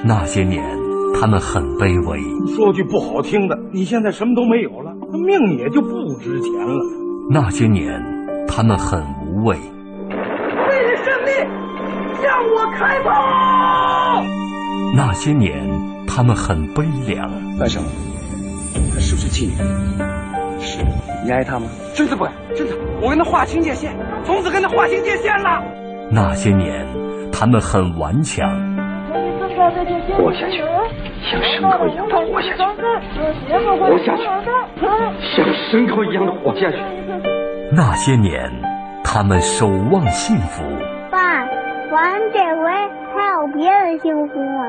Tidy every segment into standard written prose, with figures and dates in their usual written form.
那些年，他们很卑微。 说句不好听的，你现在什么都没有了，命也就不值钱了。 那些年，他们很无畏。 为了胜利，向我开炮！ 那些年，他们很悲凉。 外甥，她是不是妓女？是，你爱她吗？ 真的不爱，真的，我跟她划清界限，从此跟她划清界限了。 那些年，他们很顽强。 活下去，像牲口一样的活下去，活下去，像牲口一样的活下去。 那些年，他们守望幸福。 爸，咱这回还有别的幸福吗？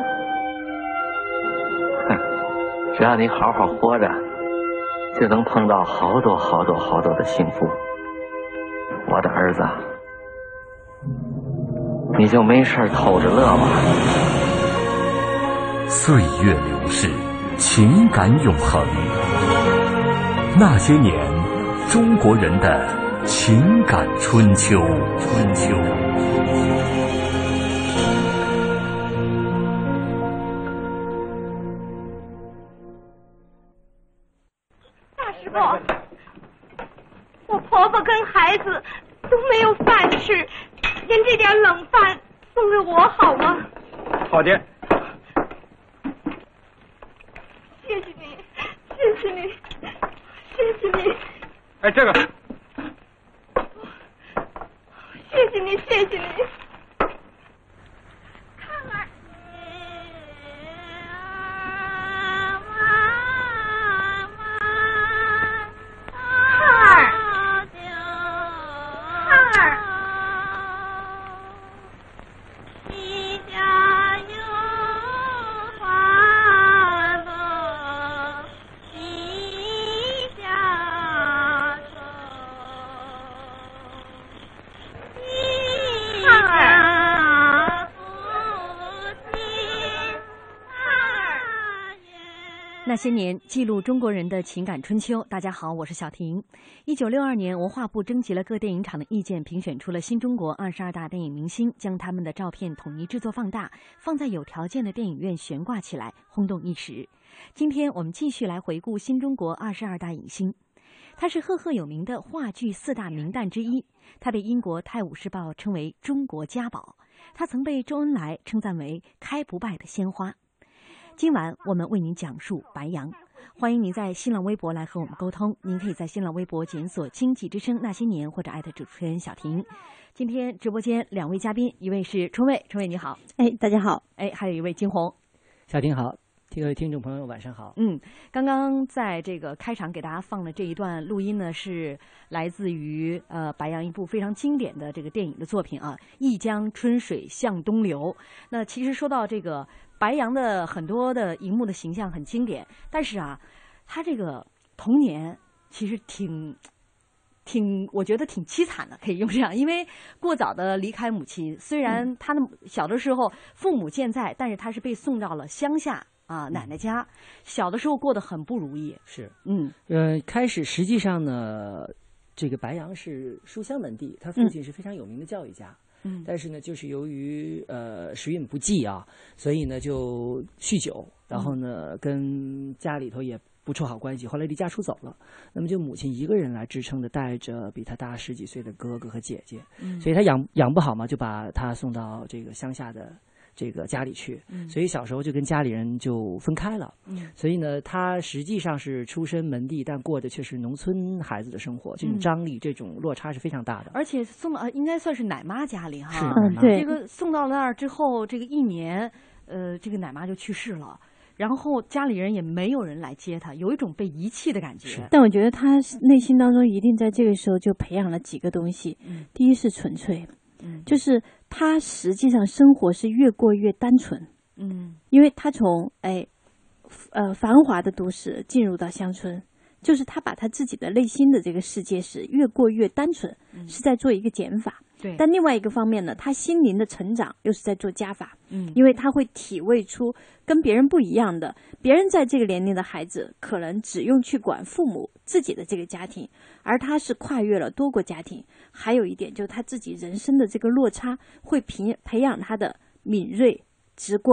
只要你好好活着，就能碰到好多好多好多的幸福。我的儿子，你就没事偷着乐吧。 岁月流逝，情感永恒。那些年，中国人的情感春秋。 大师傅，我婆婆跟孩子都没有饭吃，您这点冷饭送给我好吗？ 好的。 谢谢你，谢谢你，谢谢你。 哎，这个。 谢谢你，谢谢你。看儿， 那些年，记录中国人的情感春秋。大家好，我是小婷。1962年，文化部征集了各电影厂的意见，评选出了新中国22大电影明星，将他们的照片统一制作放大，放在有条件的电影院悬挂起来，轰动一时。今天我们继续来回顾新中国22大影星。他是赫赫有名的话剧4大名旦之一，他被英国《泰晤士报》称为中国家宝，他曾被周恩来称赞为开不败的鲜花。今晚我们为您讲述白杨，欢迎您在新浪微博来和我们沟通。您可以在新浪微博检索经济之声那些年，或者艾特主持人小婷。今天直播间2位嘉宾，一位是春卫，春卫你好。 大家好。 还有一位金红。 小婷好，各位听众朋友晚上好。 刚刚在这个开场给大家放的这一段录音呢，是来自于白杨一部非常经典的这个电影的作品啊，《一江春水向东流》。那其实说到这个白杨的很多的荧幕的形象很经典，但是啊，他这个童年其实我觉得挺凄惨的，可以用这样，因为过早的离开母亲。虽然他的小的时候父母健在，但是他是被送到了乡下奶奶家，小的时候过得很不如意。 是，开始实际上呢，这个白杨是书香门第，他父亲是非常有名的教育家。但是呢，就是由于时运不济啊，所以呢就酗酒，然后呢跟家里头也不处好关系，后来离家出走了。那么就母亲一个人来支撑的，带着比他大10几岁的哥哥和姐姐，所以他养不好嘛，就把他送到这个乡下的这个家里去，所以小时候就跟家里人就分开了。所以呢，他实际上是出身门第，但过的却是农村孩子的生活，这种张力、这种落差是非常大的。 而且应该算是奶妈家里哈， 是奶妈。 这个送到那儿之后，这个1年，这个奶妈就去世了。然后家里人也没有人来接他，有一种被遗弃的感觉。 但我觉得他内心当中一定在这个时候就培养了几个东西。第一是纯粹，就是他实际上生活是越过越单纯。因为他从繁华的都市进入到乡村，就是他把他自己的内心的这个世界是越过越单纯，是在做一个减法。 对， 但另外一个方面呢，他心灵的成长又是在做加法。因为他会体味出跟别人不一样的，别人在这个年龄的孩子可能只用去管父母自己的这个家庭，而他是跨越了多个家庭。还有一点就是他自己人生的这个落差会培养他的敏锐、直观，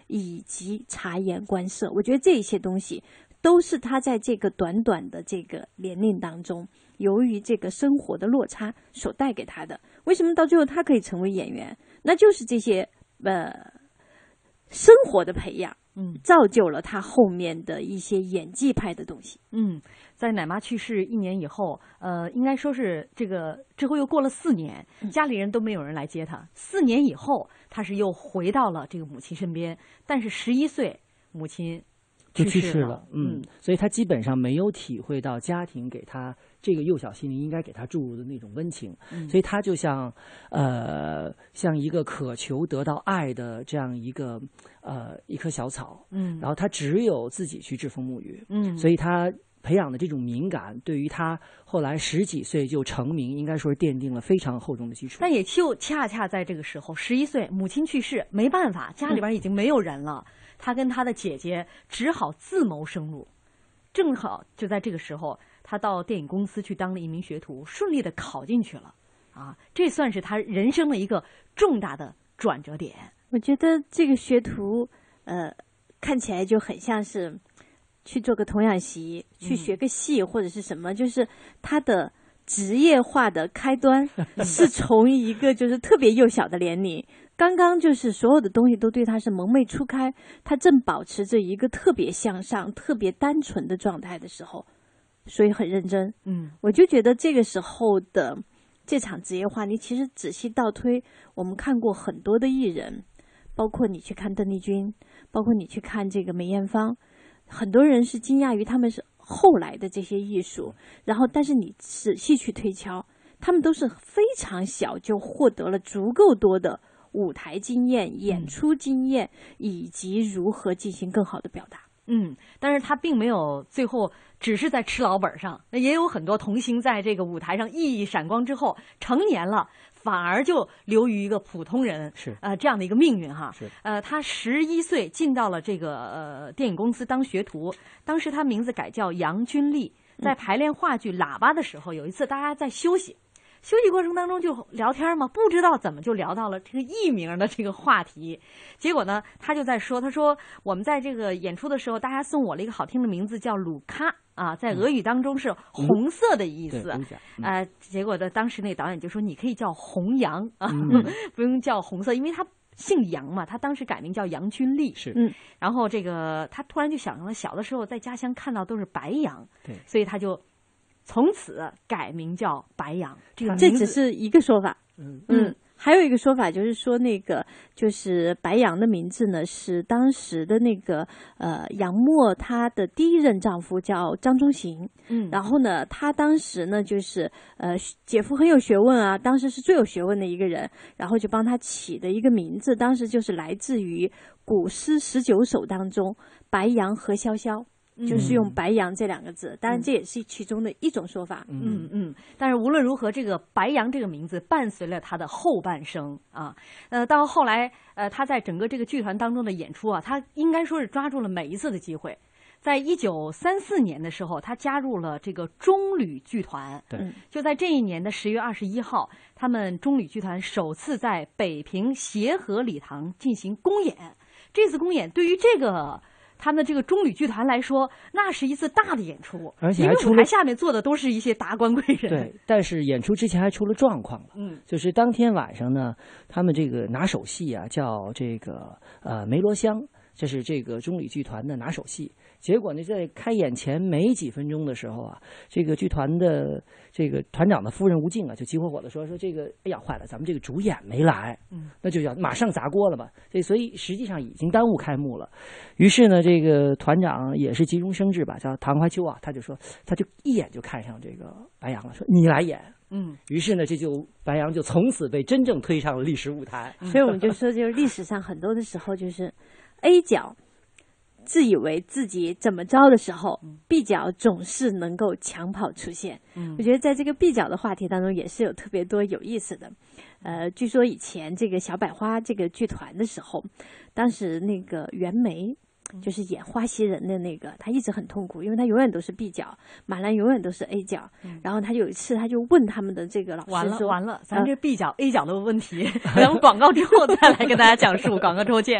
以及察言观色。我觉得这些东西都是他在这个短短的这个年龄当中，由于这个生活的落差所带给他的。为什么到最后他可以成为演员？那就是这些生活的培养，造就了他后面的一些演技派的东西。 在奶妈去世1年以后，应该说是这个之后又过了4年，家里人都没有人来接他。4年以后，他是又回到了这个母亲身边，但是11岁，母亲就去世了。所以他基本上没有体会到家庭给他这个幼小心灵应该给他注入的那种温情，所以他就像一个渴求得到爱的这样一棵小草，然后他只有自己去栉风沐雨，所以他培养的这种敏感，对于他后来10几岁就成名，应该说是奠定了非常厚重的基础。 但也就恰恰在这个时候，11岁，母亲去世，没办法，家里边已经没有人了，他跟他的姐姐只好自谋生路。正好就在这个时候，他到电影公司去当了一名学徒，顺利的考进去了。这算是他人生的一个重大的转折点。 我觉得这个学徒，看起来就很像是去做个童养媳，去学个戏或者是什么，就是他的职业化的开端是从一个就是特别幼小的年龄，刚刚就是所有的东西都对他是蒙昧初开，他正保持着一个特别向上、特别单纯的状态的时候，所以很认真。我就觉得这个时候的这场职业化，你其实仔细倒推，我们看过很多的艺人，包括你去看邓丽君，包括你去看这个梅艳芳，很多人是惊讶于他们是后来的这些艺术，然后但是你仔细去推敲，他们都是非常小就获得了足够多的舞台经验、演出经验，以及如何进行更好的表达。 但是他并没有最后只是在吃老本上，也有很多童星在这个舞台上熠熠闪光之后成年了，反而就流于一个普通人这样的一个命运哈。他11岁进到了这个电影公司当学徒，当时他名字改叫杨君丽，在排练话剧《喇叭》的时候，有一次大家在休息过程当中就聊天嘛，不知道怎么就聊到了这个艺名的这个话题。结果呢，他就在说，他说我们在这个演出的时候，大家送我了一个好听的名字叫鲁卡在俄语当中是红色的意思。结果呢，当时那导演就说你可以叫红杨不用叫红色，因为他姓杨嘛，他当时改名叫杨君丽。然后这个他突然就想了，小的时候在家乡看到都是白杨，所以他就从此改名叫白杨。 这只是一个说法。还有一个说法就是说，那个就是白杨的名字呢，是当时的那个杨沫她的第一任丈夫叫张中行。然后呢，他当时呢就是姐夫很有学问啊，当时是最有学问的一个人，然后就帮他起的一个名字，当时就是来自于古诗19首当中白杨何萧萧。就是用白杨这2个字，当然这也是其中的一种说法。 但是无论如何，这个白杨这个名字伴随了他的后半生啊。到后来他在整个这个剧团当中的演出啊，他应该说是抓住了每一次的机会。在1934年的时候，他加入了这个中旅剧团。就在这一年的10月21号，他们中旅剧团首次在北平协和礼堂进行公演。这次公演对于这个他们的这个中旅剧团来说，那是一次大的演出， 而且还因为舞台下面坐的都是一些达官贵人。 对，但是演出之前还出了状况了。就是当天晚上呢，他们这个拿手戏啊，叫这个梅罗香，这是这个中旅剧团的拿手戏。结果呢，在开演前没几分钟的时候啊，这个剧团的这个团长的夫人吴静啊，就急火火的说这个，哎呀，坏了，咱们这个主演没来，那就要马上砸锅了吧。所以实际上已经耽误开幕了。于是呢，这个团长也是急中生智吧，叫唐怀秋啊，他就一眼就看上这个白杨了，说你来演。于是呢，白杨就从此被真正推上了历史舞台。 所以我们就说，就是历史上很多的时候，就是 A 角自以为自己怎么着的时候，B 角总是能够抢跑出现。我觉得在这个 B 角的话题当中也是有特别多有意思的。据说以前这个小百花这个剧团的时候，当时那个袁枚就是演花袭人的那个，他一直很痛苦，因为他永远都是 B 角，马兰永远都是 A 角。然后他有一次他就问他们的这个老师说， 完了，咱这 B 角 A 角的问题，咱们广告之后再来跟大家讲述。广告之后见。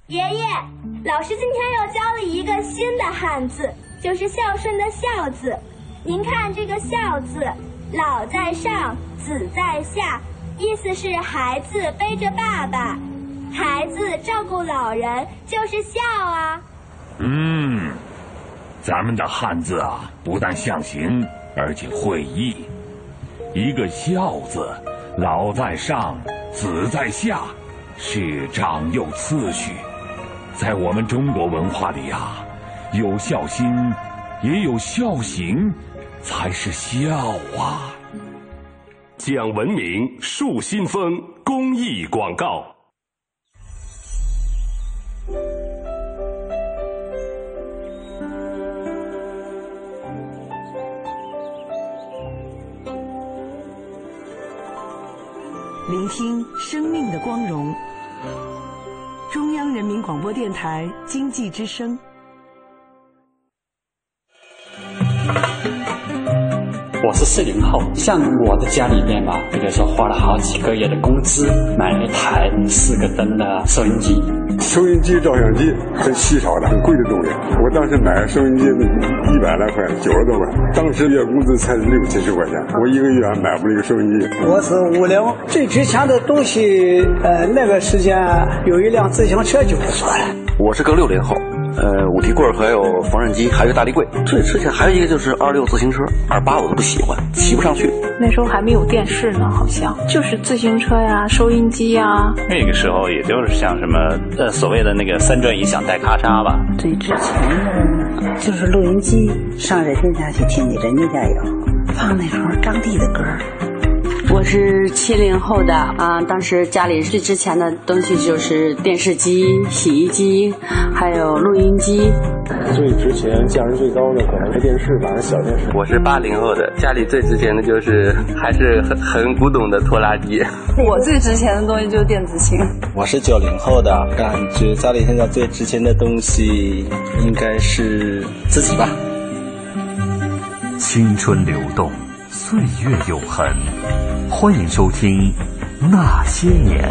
爷爷，老师今天又教了一个新的汉字，就是孝顺的孝字。您看这个孝字，老在上，子在下，意思是孩子背着爸爸，孩子照顾老人，就是孝啊。 咱们的汉字啊，不但象形，而且会意。一个孝字，老在上，子在下，是长幼次序。在我们中国文化里啊，有孝心，也有孝行，才是孝啊。 讲文明树新风公益广告。 聆听生命的光荣。中央人民广播电台经济之声。 我是40后，像我的家里边吧，比如说花了好几个月的工资买了一台4个灯的收音机。 收音机、照相机很稀少的、很贵的东西。我当时买收音机100来块，90多块，当时月工资才60、70块钱，我一个月还买不了一个收音机。 我是50，最值钱的东西，那个时间有一辆自行车就不错了。 我是个60后。5提棍还有缝纫机，还有大立柜。最值钱还有一个就是26自行车，28我都不喜欢，骑不上去。 那时候还没有电视呢，好像就是自行车呀、收音机呀。 那个时候也就是像什么所谓的那个3转一响带咔嚓吧。 最值钱的就是录音机，上人家去听去，人家家有放那时候张帝的歌。 我是70后的啊，当时家里最值钱的东西就是电视机、洗衣机，还有录音机。 最值钱、价值最高的可能是电视吧，小电视。 我是80后的，家里最值钱的就是还是很古董的拖拉机。 我最值钱的东西就是电子琴。 我是90后的，感觉家里现在最值钱的东西应该是自己吧。 青春流动，岁月永恒。欢迎收听《那些年》。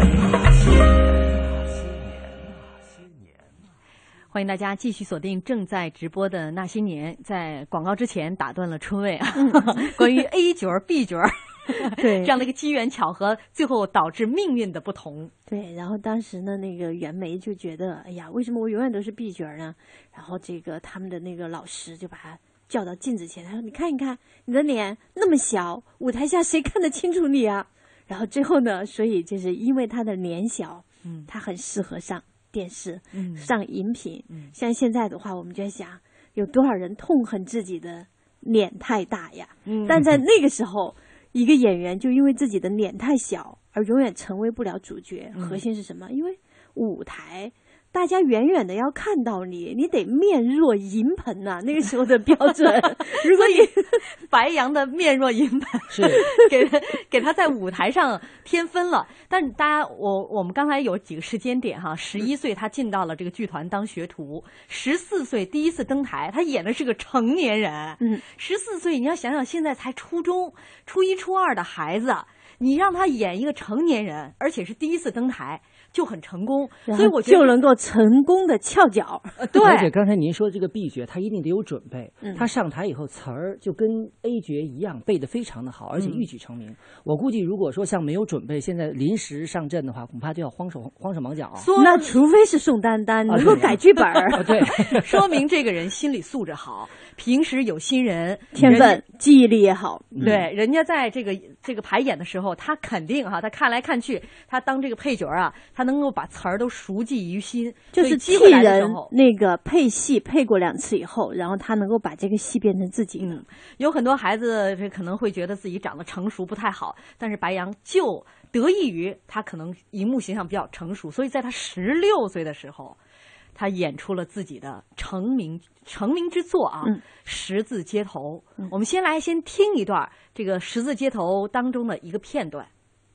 欢迎大家继续锁定正在直播的《那些年》。在广告之前打断了春卫啊，关于 A 角 B 角对这样的一个机缘巧合，最后导致命运的不同。 对，然后当时呢，那个袁枚就觉得，哎呀，为什么我永远都是 B 角呢？然后这个他们的那个老师就把他叫到镜子前，他说：“你看一看，你的脸那么小，舞台下谁看得清楚你啊？”然后最后呢，所以就是因为他的脸小，他很适合上电视，上荧屏。像现在的话，我们就在想，有多少人痛恨自己的脸太大呀？但在那个时候，一个演员就因为自己的脸太小而永远成为不了主角。核心是什么？因为舞台。大家远远的要看到你，你得面若银盆呐、那个时候的标准。如果你白杨的面若银盆，是给他在舞台上添分了。但大家，我们刚才有几个时间点哈，11岁他进到了这个剧团当学徒，14岁第一次登台，他演的是个成年人。14岁你要想想，现在才初中、初1、初2的孩子，你让他演一个成年人，而且是第一次登台。就很成功，所以我觉得就能够成功的翘脚。 对， 而且刚才您说的这个 B 角，他一定得有准备。他上台以后词儿就跟 A 角一样背得非常的好，而且一举成名。我估计如果说像没有准备，现在临时上阵的话，恐怕就要慌手忙脚。 那除非是宋丹丹能够改剧本儿。 对，说明这个人心理素质好，平时有新人， 天分、记忆力也好。 对，人家在这个排演的时候，他肯定他看来看去，他当这个配角啊，他能够把词儿都熟记于心， 就是替人那个配戏配过2次以后，然后他能够把这个戏变成自己的。 有很多孩子可能会觉得自己长得成熟不太好，但是白杨就得益于他可能荧幕形象比较成熟，所以在他16岁的时候，他演出了自己的成名之作啊，十字街头。我们先听一段这个十字街头当中的一个片段。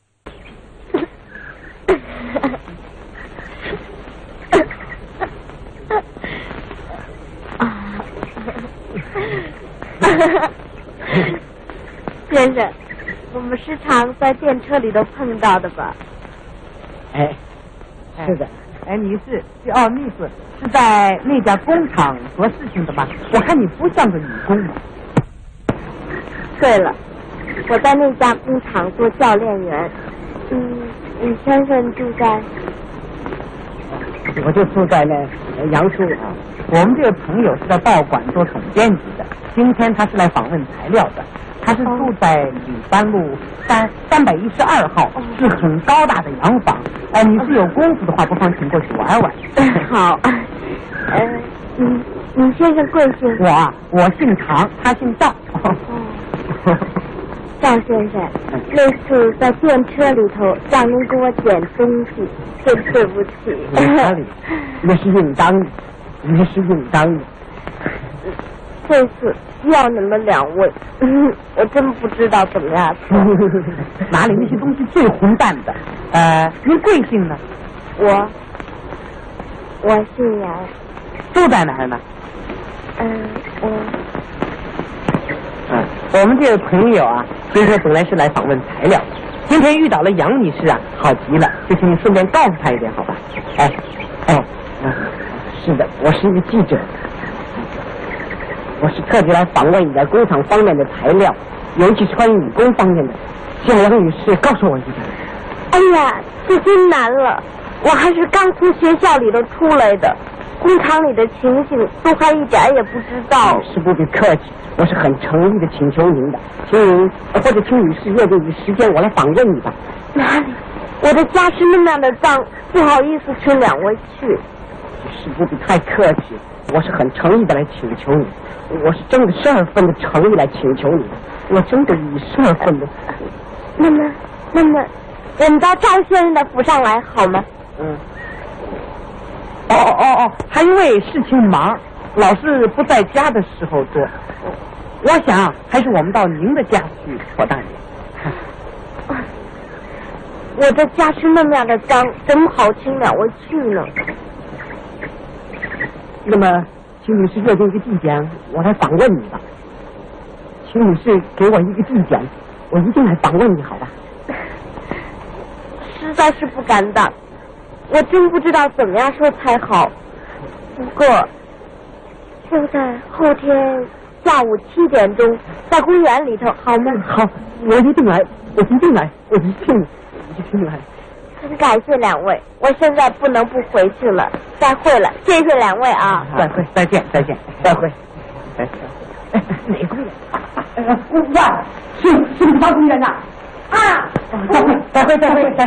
先生，我们时常在电车里头碰到的吧？ 哎，是的。 你是秘书，是在那家工厂做事情的吗？我看你不像个女工嘛。 对了，我在那家工厂做教练员。你先生住在？ 我就住在那杨树啊。我们这个朋友是在报馆做总编辑的，今天他是来访问材料的。他是住在礼班路312号，是很高大的洋房。你是有功夫的话，不妨请过去玩玩。 好。你先生贵姓？ 我姓常，他姓赵。 赵先生，那次在电车里头让您给我捡东西，真对不起。 那是应当的，那是应当的。 这次要你们2位，我真不知道怎么样做。 哪里那些东西最混蛋的？您贵姓呢？ 我姓杨。 住在哪儿呢？我们这个朋友啊，听说本来是来访问材料，今天遇到了杨女士啊，好极了，就请你顺便告诉她一点，好吧？是的，我是一个记者，我是特地来访问你在工厂方面的材料，尤其是关于女工方面的，希望杨女士告诉我一点。 哎呀，这真难了，我还是刚从学校里头出来的，工厂里的情形都还一点也不知道。 是不必客气，我是很诚意的请求您的，请您或者请女士约定一个时间，我来访问你吧。 哪里？我的家是那么样的脏，不好意思请2位去。 是不必太客气，我是很诚意的来请求你，我是真的12分的诚意来请求你的，我真的以12分的。 那么，我们到赵先生的府上来好吗？ 他因为事情忙，老是不在家的时候做。我想还是我们到您的家去妥当点。 我的家是那么样的脏，怎么好请2位去呢？ 那么，请女士约定一个地点，我来访问你吧。请女士给我一个地点，我一定来访问你，好吧？ 实在是不敢当，我真不知道怎么样说才好。不过，就在后天下午7点钟，在公园里头，好吗？ 好，我一定来，我一定来。 很感谢2位，我现在不能不回去了。再会了，谢谢2位啊！ 再会，再见。哪个公园？公园是你家公园呐？再会。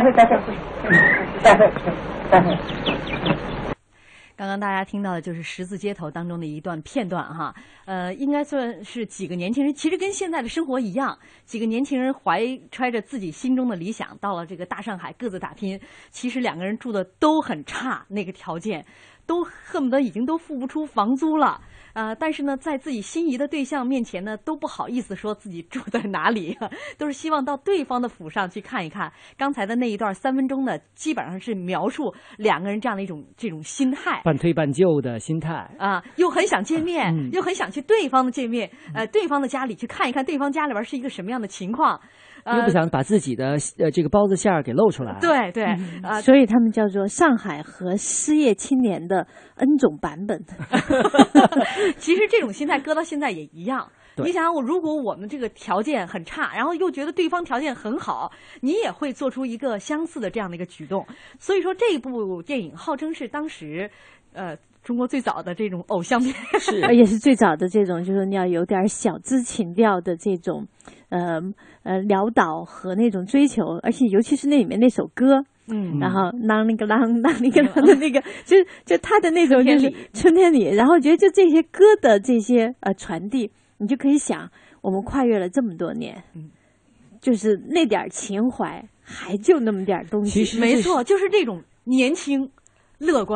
刚刚大家听到的就是《十字街头》当中的一段片段哈，应该算是几个年轻人，其实跟现在的生活一样，几个年轻人怀揣着自己心中的理想，到了这个大上海各自打拼。其实2个人住的都很差，那个条件都恨不得已经都付不出房租了。但是呢，在自己心仪的对象面前呢，都不好意思说自己住在哪里，都是希望到对方的府上去看一看。刚才的那一段3分钟呢，基本上是描述2个人这样的这种心态， 半推半就的心态啊，又很想见面，又很想去对方的对方的家里去看一看，对方家里边是一个什么样的情况。 又不想把自己的这个包子馅儿给露出来。 对， 所以他们叫做上海和失业青年的 N 种版本。 其实这种心态搁到现在也一样。你想，如果我们这个条件很差，然后又觉得对方条件很好，你也会做出一个相似的这样的一个举动。所以说，这部电影号称是当时中国最早的这种偶像片， 也是最早的这种，就是你要有点小资情调的这种潦倒和那种追求，而且尤其是那里面那首歌。然后啷那个啷啷那个啷的那个，就他的那种就是春天里，然后觉得就这些歌的这些传递，你就可以想，我们跨越了这么多年，就是那点情怀，还就那么点东西。 其实没错，就是这种年轻、乐观、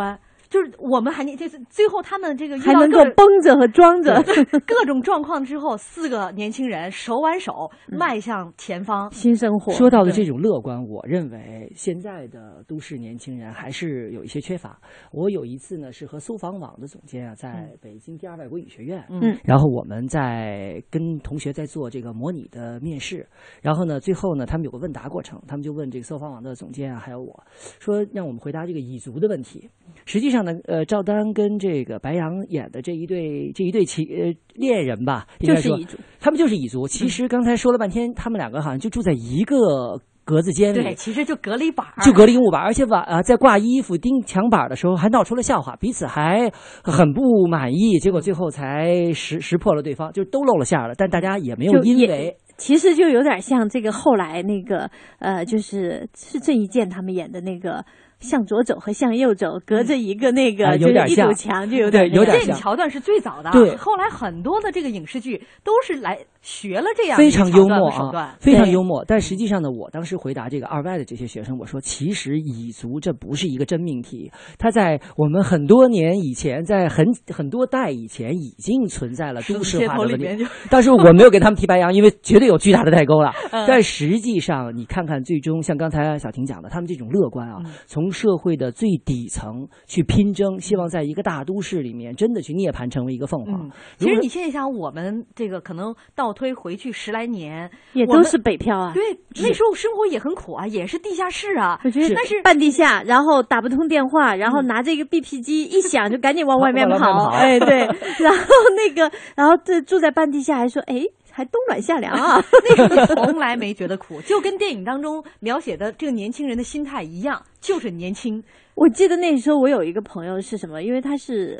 就是我们还就是最后他们这个还能够绷着和装着各种状况之后，4个年轻人手挽手迈向前方， 新生活。 说到的这种乐观，我认为现在的都市年轻人还是有一些缺乏。我有一次呢是和搜房网的总监啊，在北京第2外国语学院，然后我们在跟同学在做这个模拟的面试，然后呢最后呢他们有个问答过程，他们就问这个搜房网的总监啊还有我说让我们回答这个蚁族的问题。实际上呢，赵丹跟这个白杨演的这一对恋人吧，应该说他们就是蚁族。其实刚才说了半天，他们2个好像就住在一个格子间里， 对，其实就隔了一板， 就隔了一木板，而且在挂衣服钉墙板的时候还闹出了笑话，彼此还很不满意，结果最后才识破了对方，就都露了馅了，但大家也没有因为。 其实就有点像这个后来那个就是郑伊健他们演的那个向左走和向右走，隔着一个那个就是一堵墙，就有点这桥段是最早的。 对， 后来很多的这个影视剧都是来学了这样非常幽默手段， 非常幽默。但实际上呢，我当时回答这个2外的这些学生，我说其实蚁族这不是一个真命题，它在我们很多年以前，在很多代以前已经存在了都市化的问题。但是我没有给他们提白杨，因为绝对有巨大的代沟了。但实际上，你看看最终像刚才小婷讲的，他们这种乐观啊，从社会的最底层去拼争，希望在一个大都市里面真的去涅槃成为一个凤凰。 其实你现在想，我们这个可能倒推回去10来年， 也都是北漂啊。 对，那时候生活也很苦啊，也是地下室啊。 我觉得，但是半地下，然后打不通电话，然后拿这个 BP 机一响就赶紧往外面跑。哎，对，然后然后这住在半地下还说，哎。还冬暖夏凉啊！ 那时候从来没觉得苦，就跟电影当中描写的这个年轻人的心态一样，就是年轻。 我记得那时候我有一个朋友是什么，因为他是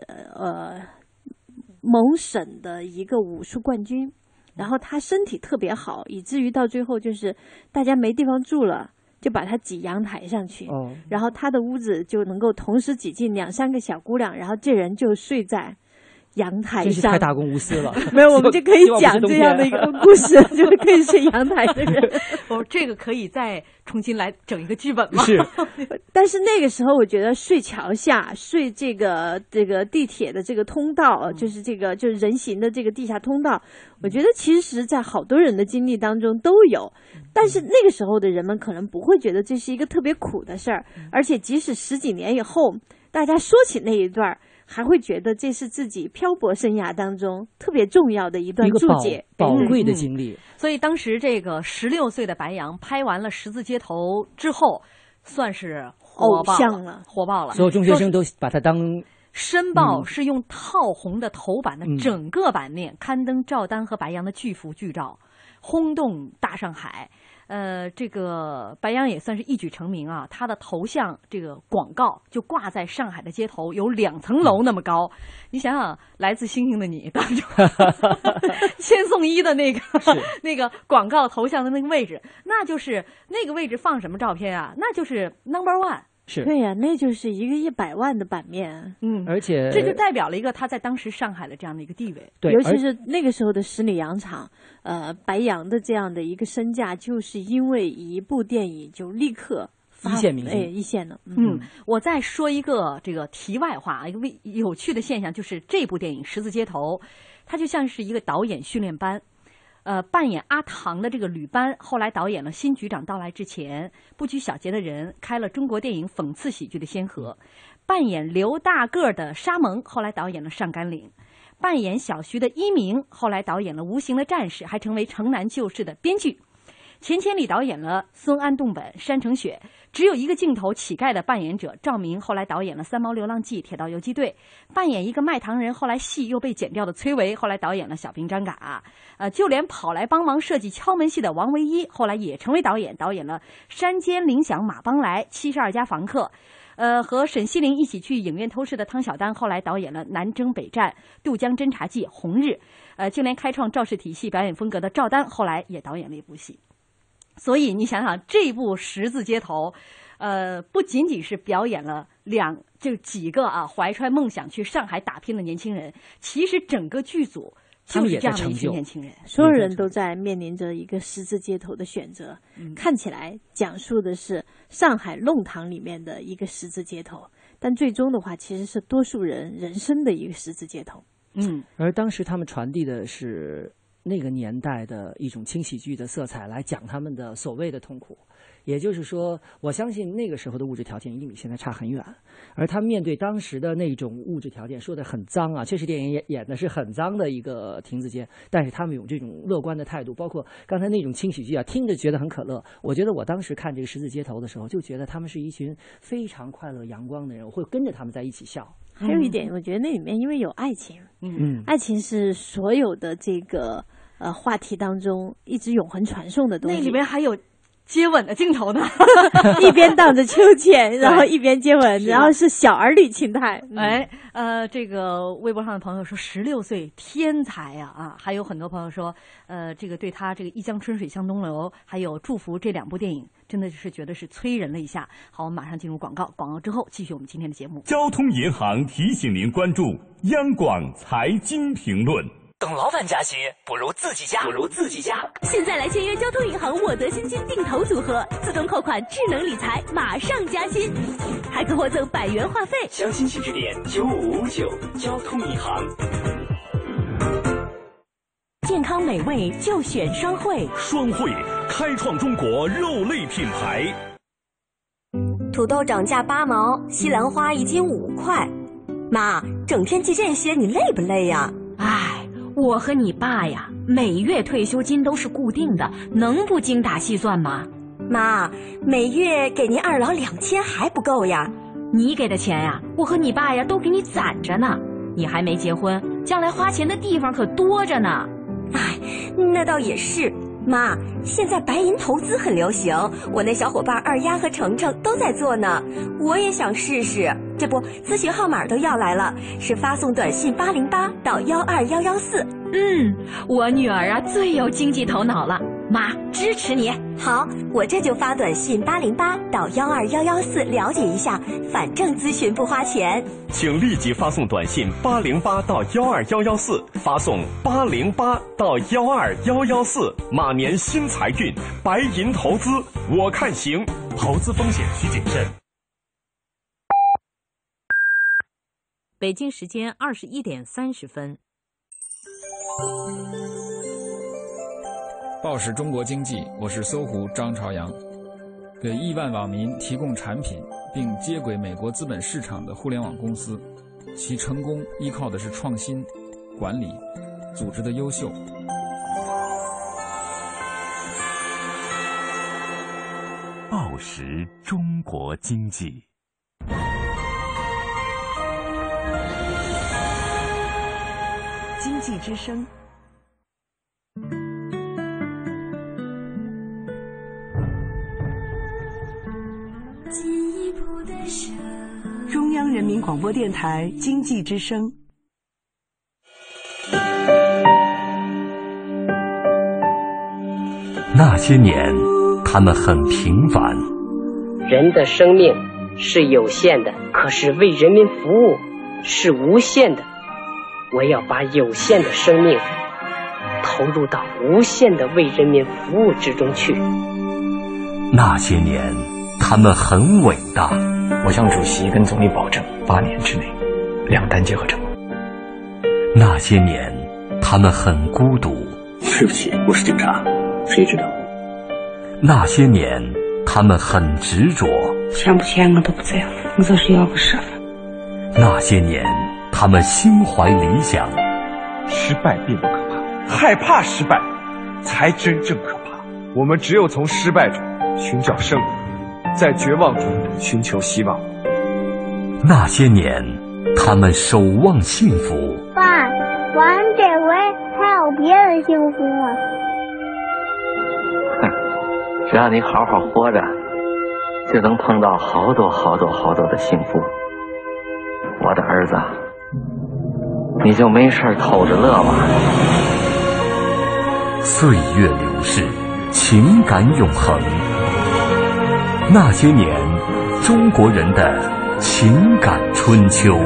某省的一个武术冠军，然后他身体特别好，以至于到最后就是大家没地方住了，就把他挤阳台上去，然后他的屋子就能够同时挤进2、3个小姑娘，然后这人就睡在阳台上， 真是太大公无私了。 没有，我们就可以讲这样的一个故事，就是可以睡阳台的人。 这个可以再重新来整一个剧本吗？ 是。 但是那个时候，我觉得睡桥下、睡这个地铁的这个通道，就是就是人行的这个地下通道，我觉得其实在好多人的经历当中都有。但是那个时候的人们可能不会觉得这是一个特别苦的事儿，而且即使10几年以后，大家说起那一段，还会觉得这是自己漂泊生涯当中特别重要的一段注解， 宝贵的经历。 所以当时这个16岁的白杨拍完了《十字街头》之后，算是偶像了， 火爆了。 所有中学生都把它当。 申报是用套红的头版的整个版面刊登赵丹和白杨的巨幅剧照，轰动大上海。这个白杨也算是一举成名啊，他的头像这个广告就挂在上海的街头，有2层楼那么高。你想想，来自星星的你当中千颂伊的那个广告头像的那个位置，那就是那个位置放什么照片啊？那就是 No.1。 是对呀，那就是一个100万的版面， 而且这就代表了一个他在当时上海的这样的一个地位。 对， 尤其是那个时候的十里洋场，白杨的这样的一个身价，就是因为一部电影就立刻一线明星， 一线的。 我再说一个这个题外话，一个有趣的现象，就是这部电影《十字街头》，它就像是一个导演训练班。扮演阿唐的这个吕班，后来导演了《新局长到来之前》，不拘小节的人开了中国电影讽刺喜剧的先河；扮演刘大个的沙蒙，后来导演了《上甘岭》；扮演小徐的一鸣，后来导演了《无形的战士》，还成为《城南旧事》的编剧。钱千里导演了孙安动本、山城雪，只有一个镜头乞丐的扮演者赵明，后来导演了《三毛流浪记》、铁道游击队，扮演一个卖糖人，后来戏又被剪掉的崔维，后来导演了小兵张嘎，就连跑来帮忙设计敲门戏的王唯一，后来也成为导演，导演了《山间铃响马帮来》、72家房客。和沈西林一起去影院偷视的汤小丹，后来导演了《南征北战》、《渡江侦察记》、《红日》。就连开创赵氏体系表演风格的赵丹，后来也导演了一部戏。所以你想想，这部《十字街头》，不仅仅是表演了几个怀揣梦想去上海打拼的年轻人，其实整个剧组就是这样的一群年轻人， 所有人都在面临着一个十字街头的选择。看起来讲述的是上海弄堂里面的一个十字街头， 但最终的话，其实是多数人人生的一个十字街头。 而当时他们传递的是那个年代的一种轻喜剧的色彩，来讲他们的所谓的痛苦。也就是说，我相信那个时候的物质条件一定比现在差很远，而他面对当时的那种物质条件，说的很脏啊，确实电影演的是很脏的一个亭子街，但是他们有这种乐观的态度，包括刚才那种轻喜剧啊，听着觉得很可乐。我觉得我当时看这个十字街头的时候，就觉得他们是一群非常快乐阳光的人，我会跟着他们在一起笑。 还有一点，我觉得那里面因为有爱情，爱情是所有的这个话题当中一直永恒传颂的东西。 那里面还有接吻的镜头呢， 一边荡着秋千，然后一边接吻，然后是小儿女情态。 这个微博上的朋友说16岁天才啊，还有很多朋友说，这个对他这个一江春水向东流，还有祝福这2部电影，真的是觉得是催人了一下。好，我们马上进入广告，广告之后继续我们今天的节目。 交通银行提醒您关注央广财经评论。 等老板加薪，不如自己加。 现在来签约交通银行我得现金定投组合，自动扣款，智能理财，马上加薪，还可获赠100元话费。 详情请致电9559交通银行。 健康美味就选双汇， 双汇开创中国肉类品牌。 土豆涨价8毛，西兰花1斤5块。妈，整天记这些，你累不累呀？ 我和你爸呀，每月退休金都是固定的，能不精打细算吗？ 妈，每月给您2老2000还不够呀？ 你给的钱呀，我和你爸呀都给你攒着呢。你还没结婚，将来花钱的地方可多着呢。 那倒也是。妈，现在白银投资很流行，我那小伙伴二丫和程程都在做呢，我也想试试。这不，咨询号码都要来了，是发送短信808到12114。 我女儿啊最有经济头脑了，妈支持你。 好，我这就发短信808到12114了解一下，反正咨询不花钱。 请立即发送短信808到12114，发送808到12114。马年新财运，白银投资我看行，投资风险需谨慎。 北京时间21点30分。 报时中国经济，我是搜狐张朝阳。给亿万网民提供产品并接轨美国资本市场的互联网公司，其成功依靠的是创新、管理、组织的优秀。 报时中国经济。 经济之声。中央人民广播电台经济之声。 那些年，他们很平凡。 人的生命是有限的，可是为人民服务是无限的。我要把有限的生命投入到无限的为人民服务之中去。 那些年，他们很伟大。 我向主席跟总理保证，8年之内2单结合成功。 那些年，他们很孤独。 对不起，我是警察，谁知道？ 那些年，他们很执着。 钱不钱我都不在乎，我就是要个身份。 那些年，他们心怀理想。 失败并不可怕，害怕失败才真正可怕。我们只有从失败中寻找胜利，在绝望中寻求希望。 那些年，他们守望幸福。 爸，咱这回还有别的幸福吗？ 只要你好好活着，就能碰到好多好多好多的幸福。我的儿子，你就没事偷着乐吧。 岁月流逝，情感永恒。那些年，中国人的情感春秋。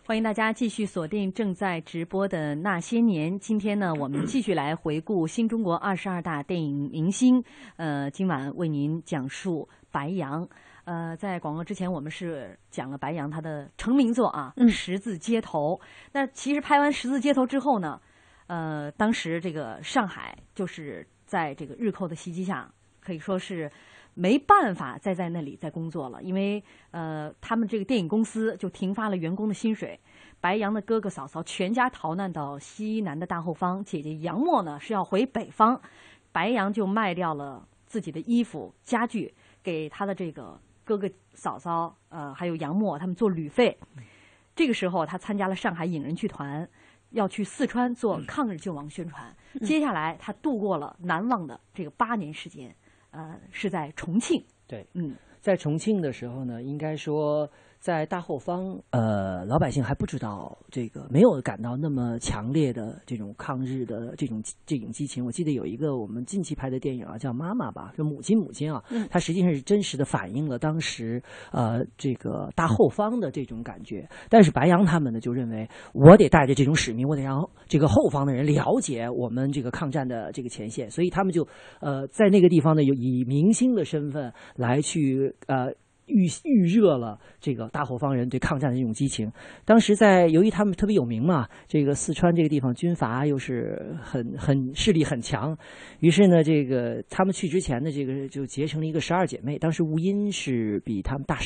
欢迎大家继续锁定正在直播的那些年。今天呢，我们继续来回顾新中国22大电影明星。今晚为您讲述白杨。在广告之前，我们是讲了白杨他的成名作啊，《十字街头》。那其实拍完《十字街头》之后呢，当时这个上海就是在这个日寇的袭击下，可以说是没办法再在那里再工作了，因为他们这个电影公司就停发了员工的薪水。白杨的哥哥嫂嫂全家逃难到西南的大后方，姐姐杨默呢是要回北方，白杨就卖掉了自己的衣服家具，给他的这个哥哥嫂嫂还有杨默他们做旅费。这个时候他参加了上海影人剧团，要去四川做抗日救亡宣传。接下来他度过了难忘的这个8年时间，是在重庆。 对，在重庆的时候呢，应该说在大后方，老百姓还不知道这个，没有感到那么强烈的这种抗日的这种激情。我记得有一个我们近期拍的电影啊，叫《妈妈》吧，就母亲啊，它实际上是真实的反映了当时这个大后方的这种感觉。但是白杨他们呢，就认为我得带着这种使命，我得让这个后方的人了解我们这个抗战的这个前线，所以他们就在那个地方呢，以明星的身份来去预热了这个大后方人对抗战的这种激情。当时由于他们特别有名嘛，这个四川这个地方军阀又是很势力很强，于是呢，这个他们去之前呢，这个就结成了一个12姐妹。当时吴音是比他们大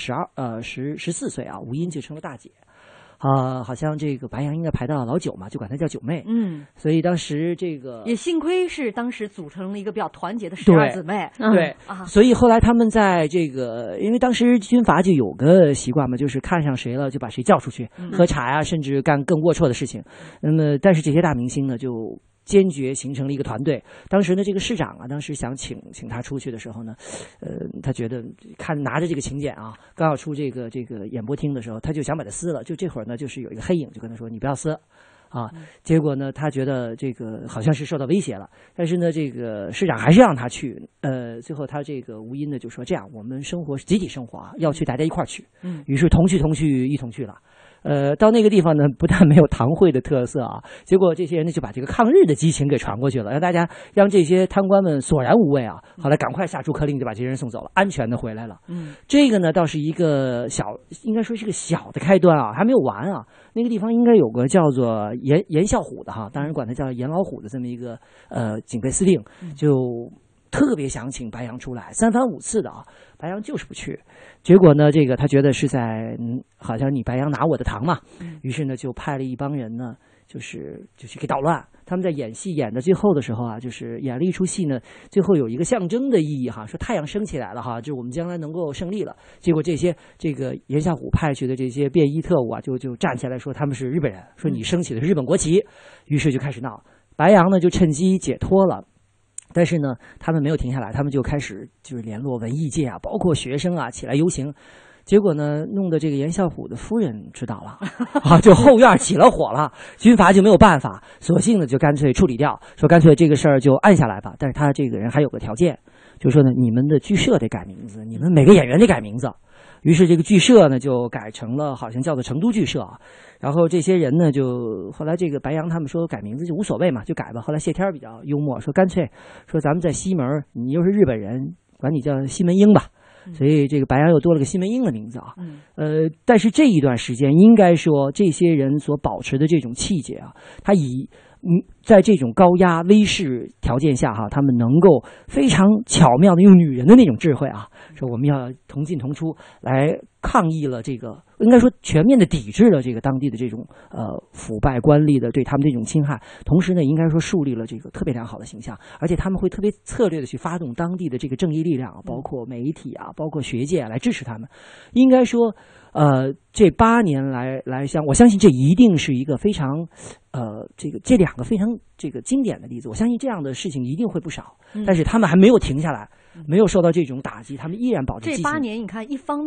14岁啊，吴音就成了大姐。好像这个白杨应该排到老9嘛，就管她叫九妹。所以当时这个也幸亏是当时组成了一个比较团结的12姊妹。 对，所以后来他们在这个，因为当时军阀就有个习惯嘛，就是看上谁了就把谁叫出去喝茶呀，甚至干更龌龊的事情。那么，但是这些大明星呢，就坚决形成了一个团队。当时呢，这个市长啊，当时想请他出去的时候呢，他觉得拿着这个请柬啊，刚要出这个演播厅的时候，他就想把它撕了。就这会儿呢，就是有一个黑影就跟他说：“你不要撕。”结果呢，他觉得这个好像是受到威胁了，但是呢，这个市长还是让他去。最后他这个吴音呢就说：“这样，我们集体生活啊，要去大家一块儿去。”于是同去一同去了。到那个地方呢，不但没有堂会的特色啊，结果这些人呢就把这个抗日的激情给传过去了，让这些贪官们索然无味啊。后来赶快下逐客令，就把这些人送走了，安全的回来了。这个呢倒是一个应该说是个小的开端啊，还没有完啊。那个地方应该有个叫做严啸虎的哈，当然管他叫严老虎的这么一个警备司令，就特别想请白杨出来，3番5次的啊，白杨就是不去。结果呢，这个他觉得是在好像你白杨拿我的糖嘛，于是呢就派了一帮人呢，就去给捣乱。他们在演戏演到最后的时候啊，就是演了一出戏呢，最后有一个象征的意义哈，说太阳升起来了哈，就是我们将来能够胜利了。结果这个严啸虎派去的这些便衣特务啊，就站起来说他们是日本人，说你升起的是日本国旗，于是就开始闹。白杨呢就趁机解脱了。但是呢，他们没有停下来，他们就开始就是联络文艺界啊，包括学生啊，起来游行。结果呢，弄得这个严啸虎的夫人知道了啊，就后院起了火了。军阀就没有办法，索性呢就干脆处理掉，说干脆这个事儿就按下来吧。但是他这个人还有个条件，就说呢，你们的剧社得改名字，你们每个演员得改名字。于是这个剧社呢就改成了好像叫做成都剧社啊。然后这些人呢就后来这个白杨他们说改名字就无所谓嘛，就改吧。后来谢天比较幽默，说干脆说咱们在西门，你又是日本人，管你叫西门英吧。所以这个白杨又多了个西门英的名字啊。但是这一段时间应该说这些人所保持的这种气节啊，他在这种高压威势条件下哈，他们能够非常巧妙的用女人的那种智慧啊，说我们要同进同出来抗议了这个，应该说全面的抵制了这个当地的这种腐败官吏的对他们这种侵害，同时呢，应该说树立了这个特别良好的形象，而且他们会特别策略的去发动当地的这个正义力量，包括媒体啊，包括学界来支持他们。应该说，这8年来我相信这一定是一个非常这2个非常这个经典的例子，我相信这样的事情一定会不少，但是他们还没有停下来，没有受到这种打击，他们依然保持激情。 这8年，你看，一方面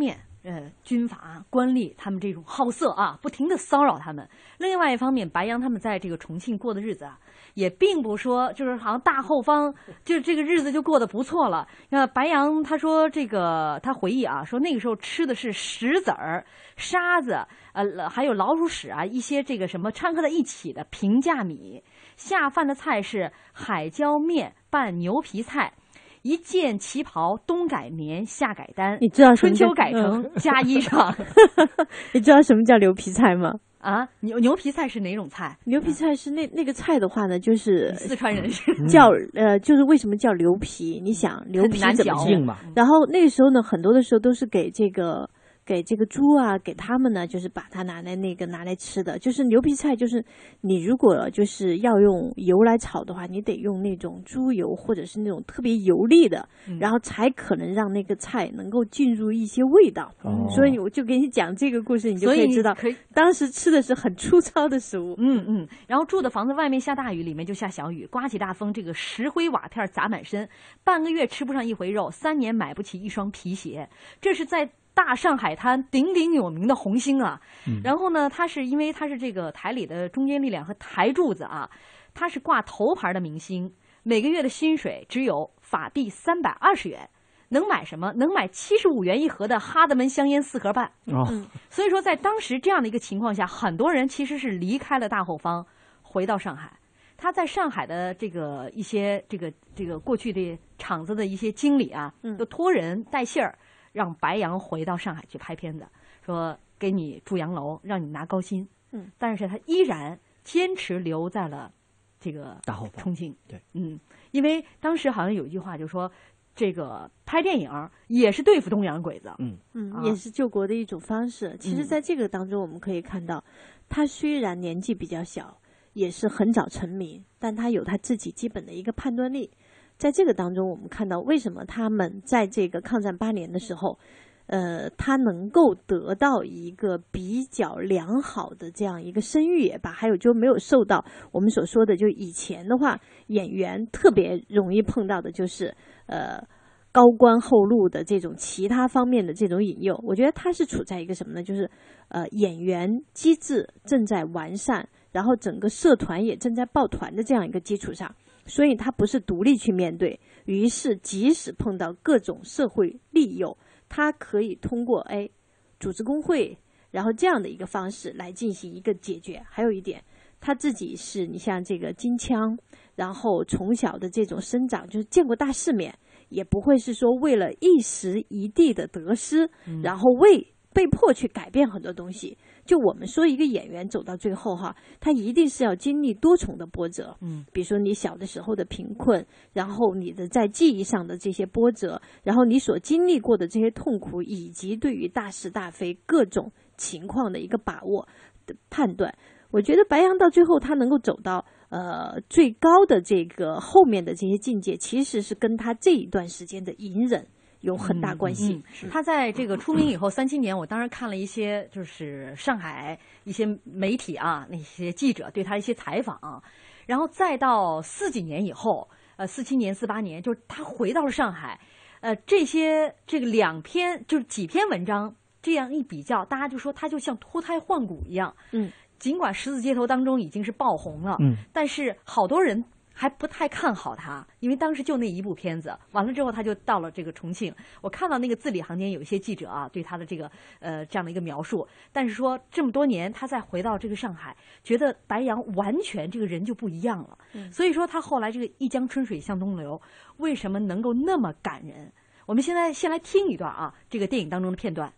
军阀官吏他们这种好色啊，不停的骚扰他们。另外一方面，白杨他们在这个重庆过的日子啊，也并不说就是好像大后方就这个日子就过得不错了。那白杨他说这个他回忆啊，说那个时候吃的是石子儿、沙子，还有老鼠屎啊，一些这个什么掺和在一起的平价米。下饭的菜是海椒面拌牛皮菜。一件旗袍，冬改棉，夏改单。 你知道春秋改成加衣裳。 你知道什么叫牛皮菜吗？ 啊，牛皮菜是哪种菜？ 牛皮菜是那个菜的话呢，就是四川人是叫就是为什么叫牛皮？你想牛皮怎么硬嘛？ 然后那个时候呢，很多的时候都是给这个猪啊，给他们呢，就是把它拿来吃的。就是牛皮菜，就是你如果就是要用油来炒的话，你得用那种猪油或者是那种特别油腻的，然后才可能让那个菜能够进入一些味道。所以我就给你讲这个故事，你就可以知道，当时吃的是很粗糙的食物。 然后住的房子外面下大雨，里面就下小雨，刮起大风，这个石灰瓦片砸满身，半个月吃不上一回肉，3年买不起一双皮鞋。这是在大上海滩鼎鼎有名的红星啊，然后呢，因为他是这个台里的中坚力量和台柱子啊，他是挂头牌的明星，每个月的薪水只有法币320元，能买什么？能买75元一盒的哈德门香烟4盒半。所以说在当时这样的一个情况下，很多人其实是离开了大后方，回到上海。他在上海的这个一些这个过去的厂子的一些经理啊，都托人带信儿。让白杨回到上海去拍片子，说给你住洋楼，让你拿高薪。但是他依然坚持留在了这个大后方重庆。 对， 因为当时好像有一句话就说，这个拍电影也是对付东洋鬼子。 也是救国的一种方式。其实，在这个当中，我们可以看到，他虽然年纪比较小，也是很早成名，但他有他自己基本的一个判断力。在这个当中，我们看到为什么他们在这个抗战8年的时候，他能够得到一个比较良好的这样一个声誉也罢，还有就没有受到我们所说的，就以前的话，演员特别容易碰到的就是高官厚禄的这种其他方面的这种引诱。我觉得他是处在一个什么呢？就是演员机制正在完善，然后整个社团也正在抱团的这样一个基础上。所以他不是独立去面对，于是即使碰到各种社会利诱，他可以通过组织工会，然后这样的一个方式来进行一个解决。还有一点，他自己是你像这个金枪，然后从小的这种生长就是见过大世面，也不会是说为了一时一地的得失，然后被迫去改变很多东西。就我们说一个演员走到最后哈，他一定是要经历多重的波折。比如说你小的时候的贫困，然后你的在记忆上的这些波折，然后你所经历过的这些痛苦，以及对于大是大非各种情况的一个把握的判断。我觉得白杨到最后他能够走到最高的这个后面的这些境界，其实是跟他这一段时间的隐忍有很大关系。 他在这个出名以后37年，我当时看了一些就是上海一些媒体啊，那些记者对他一些采访，然后再到40几年以后，47年、48年，就是他回到了上海，这个2篇就是几篇文章，这样一比较，大家就说他就像脱胎换骨一样。尽管《十字街头》当中已经是爆红了，但是好多人还不太看好他，因为当时就那一部片子，完了之后他就到了这个重庆。我看到那个字里行间有一些记者啊对他的这个这样的一个描述，但是说这么多年他再回到这个上海，觉得白杨完全这个人就不一样了。所以说他后来这个一江春水向东流为什么能够那么感人？我们现在先来听一段啊，这个电影当中的片段。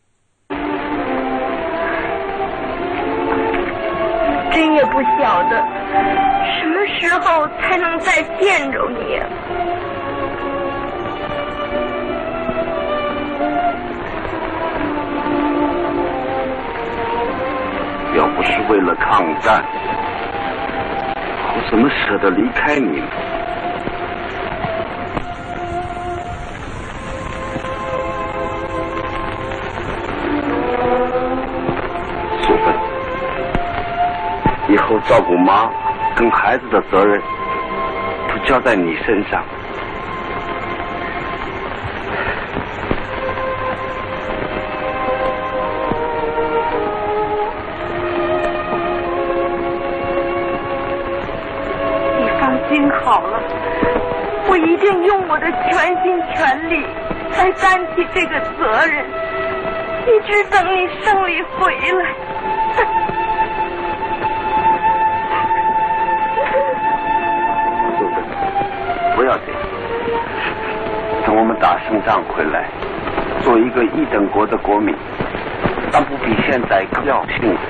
真也不晓得什么时候才能再见着你。 要不是为了抗战，我怎么舍得离开你呢？苏芬，以后照顾妈跟孩子的责任都交在你身上。 经好了，我一定用我的全心全力来担起这个责任，一直等你胜利回来。 素芬，不要这样，等我们打胜仗回来，做一个一等国的国民，那不比现在更要幸福？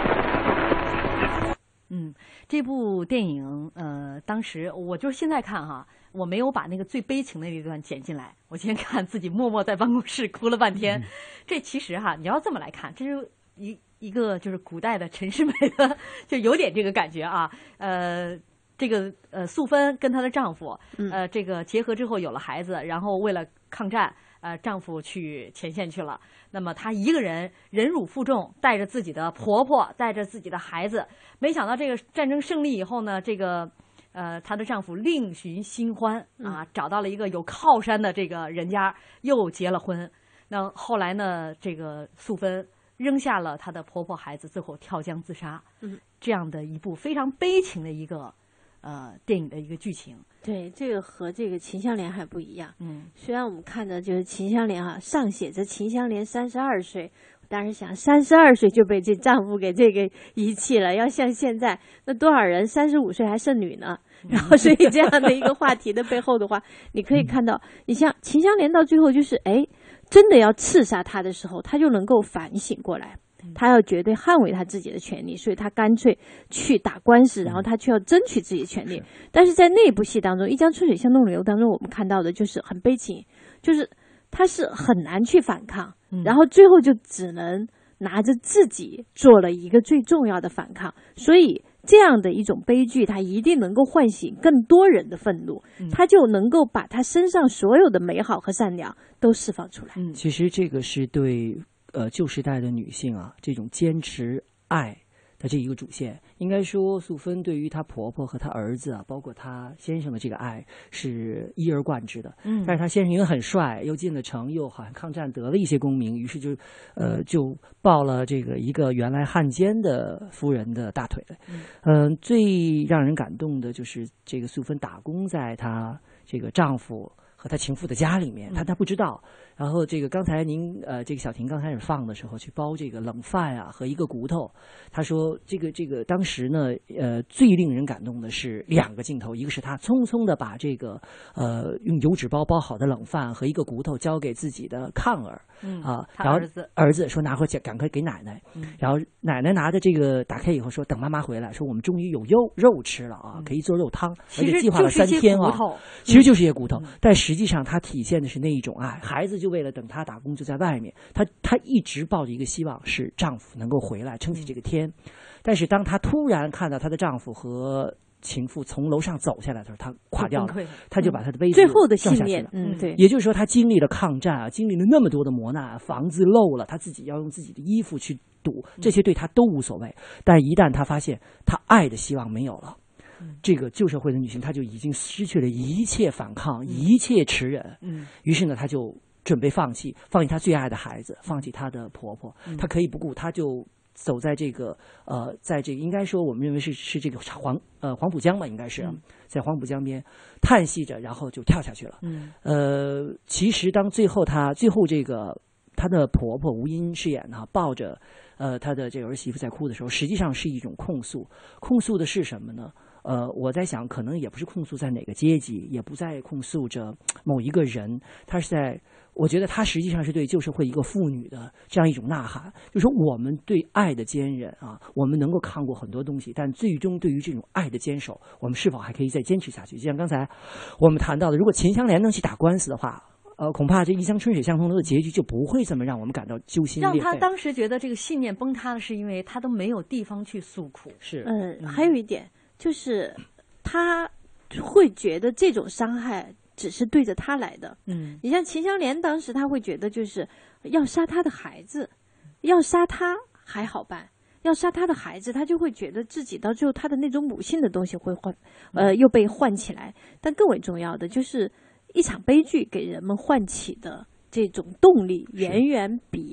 这部电影，当时我就是现在看哈，我没有把那个最悲情的那段剪进来。我今天看自己默默在办公室哭了半天。这其实哈，你要这么来看，这是一个就是古代的陈世美的，就有点这个感觉啊。这个素芬跟她的丈夫，这个结合之后有了孩子，然后为了抗战。丈夫去前线去了，那么她一个人忍辱负重，带着自己的婆婆，带着自己的孩子，没想到这个战争胜利以后呢，这个她的丈夫另寻新欢啊，找到了一个有靠山的这个人家，又结了婚。那后来呢，这个素芬扔下了她的婆婆孩子，最后跳江自杀。这样的一部非常悲情的一个电影的一个剧情。 对，这个和这个秦香莲还不一样。虽然我们看的就是秦香莲啊，上写着秦香莲32岁，我当时想32岁就被这丈夫给这个遗弃了，要像现在那多少人35岁还剩女呢？然后所以这样的一个话题的背后的话，你可以看到，你像秦香莲到最后就是真的要刺杀他的时候，他就能够反省过来。他要绝对捍卫他自己的权利，所以他干脆去打官司，然后他却要争取自己的权利。但是在那部戏当中，《一江春水向东流》当中，我们看到的就是很悲情，就是他是很难去反抗，然后最后就只能拿着自己做了一个最重要的反抗。所以这样的一种悲剧，他一定能够唤醒更多人的愤怒，他就能够把他身上所有的美好和善良都释放出来。 其实这个是对旧时代的女性啊，这种坚持爱的这一个主线，应该说素芬对于她婆婆和她儿子啊，包括她先生的这个爱是一而贯之的。但是她先生因为很帅，又进了城，又好像抗战得了一些功名，于是就抱了这个一个原来汉奸的夫人的大腿。最让人感动的就是这个素芬打工在她这个丈夫和她情妇的家里面，她不知道。然后这个刚才您这个小婷刚开始放的时候去包这个冷饭啊和一个骨头，她说这个当时呢最令人感动的是2个镜头，一个是她匆匆的把这个用油纸包包好的冷饭和一个骨头交给自己的抗儿然后儿子说拿回去赶快给奶奶，然后奶奶拿着这个打开以后说等妈妈回来，说我们终于有肉吃了啊，可以做肉汤，而且计划了3天啊，其实就是一些骨头，但实际上它体现的是那一种爱，孩子就为了等她打工就在外面，她一直抱着一个希望是丈夫能够回来撑起这个天，但是当她突然看到她的丈夫和情妇从楼上走下来的时候，她垮掉了，她就把她的杯子最后的信念，对， 也就是说她经历了抗战啊，经历了那么多的磨难，房子漏了，她自己要用自己的衣服去堵，这些对她都无所谓，但一旦她发现她爱的希望没有了，这个旧社会的女性她就已经失去了一切反抗，一切齿忍，于是呢她就准备放弃她最爱的孩子，放弃她的婆婆，她可以不顾，她就走在这个在这个应该说我们认为是这个黄浦江吧，应该是在黄浦江边叹息着，然后就跳下去了。其实当最后这个她的婆婆吴英饰演呢，抱着她的这个儿媳妇在哭的时候，实际上是一种控诉的是什么呢？我在想，可能也不是控诉在哪个阶级，也不再控诉着某一个人，他是在，我觉得他实际上是对旧社会一个妇女的这样一种呐喊，就是说我们对爱的坚韧啊，我们能够抗过很多东西，但最终对于这种爱的坚守，我们是否还可以再坚持下去？就像刚才我们谈到的，如果秦香莲能去打官司的话，恐怕这一江春水向东流的结局就不会这么让我们感到揪心裂肺。 让他当时觉得这个信念崩塌了，是因为他都没有地方去诉苦。 是， 还有一点就是他会觉得这种伤害只是对着他来的。你像秦香莲当时他会觉得就是要杀他的孩子，要杀他还好办，要杀他的孩子，他就会觉得自己到最后他的那种母性的东西会又被唤起来。但更为重要的就是一场悲剧给人们唤起的这种动力，远远比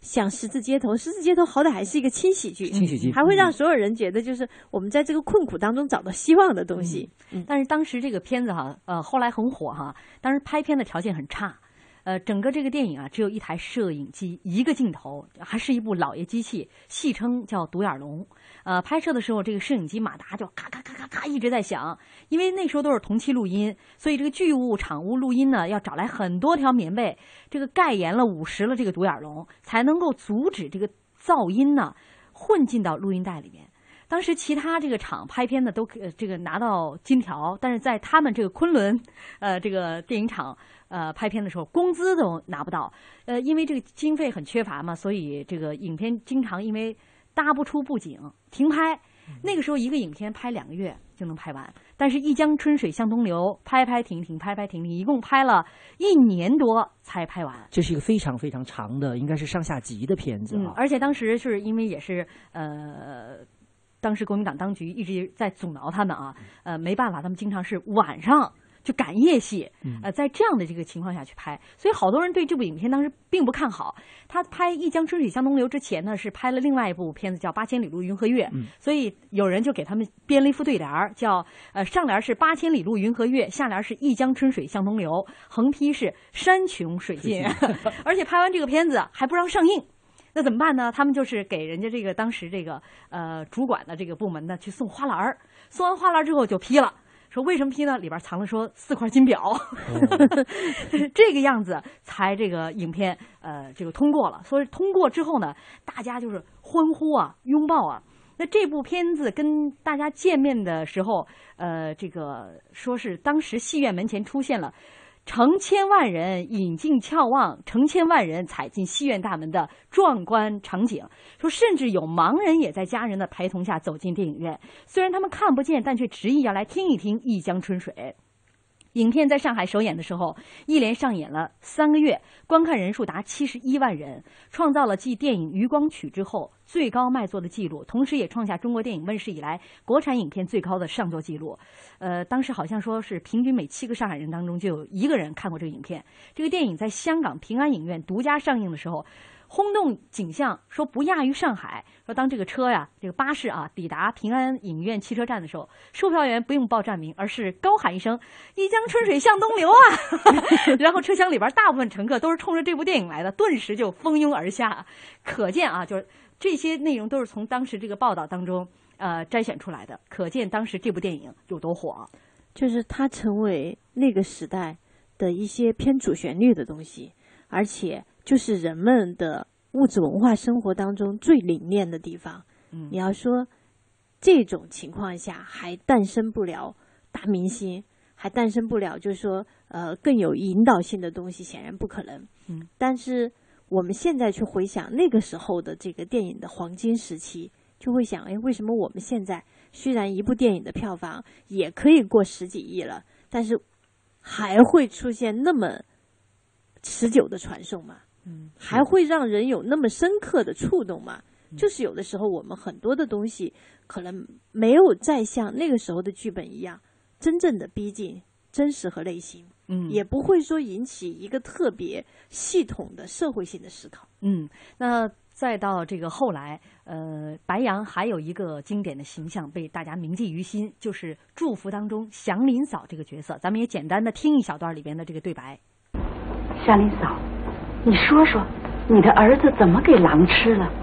像十字街头，十字街头好歹还是一个轻喜剧， 轻喜剧还会让所有人觉得就是我们在这个困苦当中找到希望的东西。 但是当时这个片子哈，后来很火哈，当时拍片的条件很差。整个这个电影啊，只有一台摄影机，一个镜头，还是一部老爷机器，戏称叫独眼龙。拍摄的时候，这个摄影机马达就咔咔咔咔咔一直在响，因为那时候都是同期录音，所以这个剧务场务录音呢，要找来很多条棉被，这个盖严了捂实了这个独眼龙，才能够阻止这个噪音呢混进到录音带里面。当时其他这个厂拍片的都这个拿到金条，但是在他们这个昆仑这个电影厂拍片的时候，工资都拿不到。因为这个经费很缺乏嘛，所以这个影片经常因为搭不出布景停拍。那个时候一个影片拍2个月就能拍完，但是一江春水向东流，拍拍停停，拍拍停停，一共拍了1年多才拍完。 这是一个非常非常长的，应该是上下集的片子而且当时是因为也是当时国民党当局一直在阻挠他们啊，没办法，他们经常是晚上就赶夜戏，在这样的这个情况下去拍，所以好多人对这部影片当时并不看好。他拍《一江春水向东流》之前呢，是拍了另外一部片子叫《八千里路云和月》，所以有人就给他们编了一副对联，叫上联是8千里路云和月，下联是一江春水向东流，横批是山穷水尽。而且拍完这个片子还不让上映。那怎么办呢？他们就是给人家这个当时这个主管的这个部门呢去送花篮，送完花篮之后就批了，说为什么批呢？里边藏了说4块金表，这个样子才这个影片这个通过了。所以通过之后呢，大家就是欢呼啊，拥抱啊。那这部片子跟大家见面的时候，这个说是当时戏院门前出现了成千万人引颈眺望，成千万人踩进戏院大门的壮观场景，说甚至有盲人也在家人的陪同下走进电影院，虽然他们看不见，但却执意要来听一听《一江春水》。影片在上海首演的时候，一连上演了3个月，观看人数达71万人，创造了继电影《渔光曲》之后最高卖座的记录，同时也创下中国电影问世以来国产影片最高的上座记录。当时好像说是平均每7个上海人当中就有1个人看过这个影片。这个电影在香港平安影院独家上映的时候，轰动景象，说不亚于上海。说当这个车呀，这个巴士啊抵达平安影院汽车站的时候，售票员不用报站名，而是高喊一声“一江春水向东流啊”，然后车厢里边大部分乘客都是冲着这部电影来的，顿时就蜂拥而下。可见啊，就是这些内容都是从当时这个报道当中摘选出来的，可见当时这部电影有多火。 就是它成为那个时代的一些偏主旋律的东西，而且就是人们的物质文化生活当中最凝练的地方。你要说这种情况下还诞生不了大明星，还诞生不了就是说更有引导性的东西，显然不可能。但是我们现在去回想那个时候的这个电影的黄金时期，就会想，为什么我们现在虽然一部电影的票房也可以过10几亿了，但是还会出现那么持久的传颂吗？还会让人有那么深刻的触动吗？就是有的时候我们很多的东西可能没有再像那个时候的剧本一样真正的逼近真实和内心，也不会说引起一个特别系统的社会性的思考。 那再到这个后来，白杨还有一个经典的形象被大家铭记于心，就是《祝福》当中祥林嫂这个角色。咱们也简单的听一小段里边的这个对白。 祥林嫂，你说说，你的儿子怎么给狼吃了？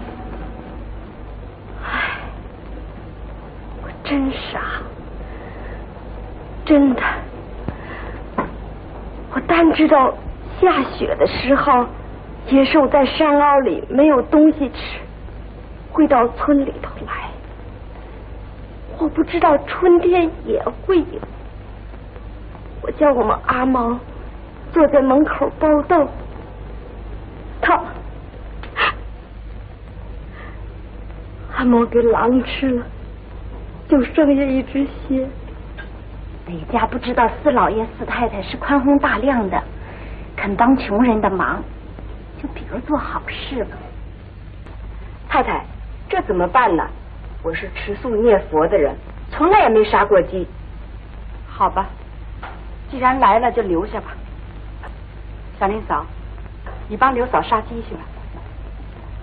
唉，我真傻，真的。我单知道下雪的时候，野兽在山坳里没有东西吃，会到村里头来。我不知道春天也会有。我叫我们阿毛坐在门口包豆，阿毛给狼吃了，就剩下一只蝎。 哪家不知道四老爷四太太是宽宏大量的，肯帮穷人的忙，就比如做好事吧。 太太，这怎么办呢？我是吃素念佛的人，从来也没杀过鸡。好吧，既然来了就留下吧。小林嫂，你帮刘嫂杀鸡去吧。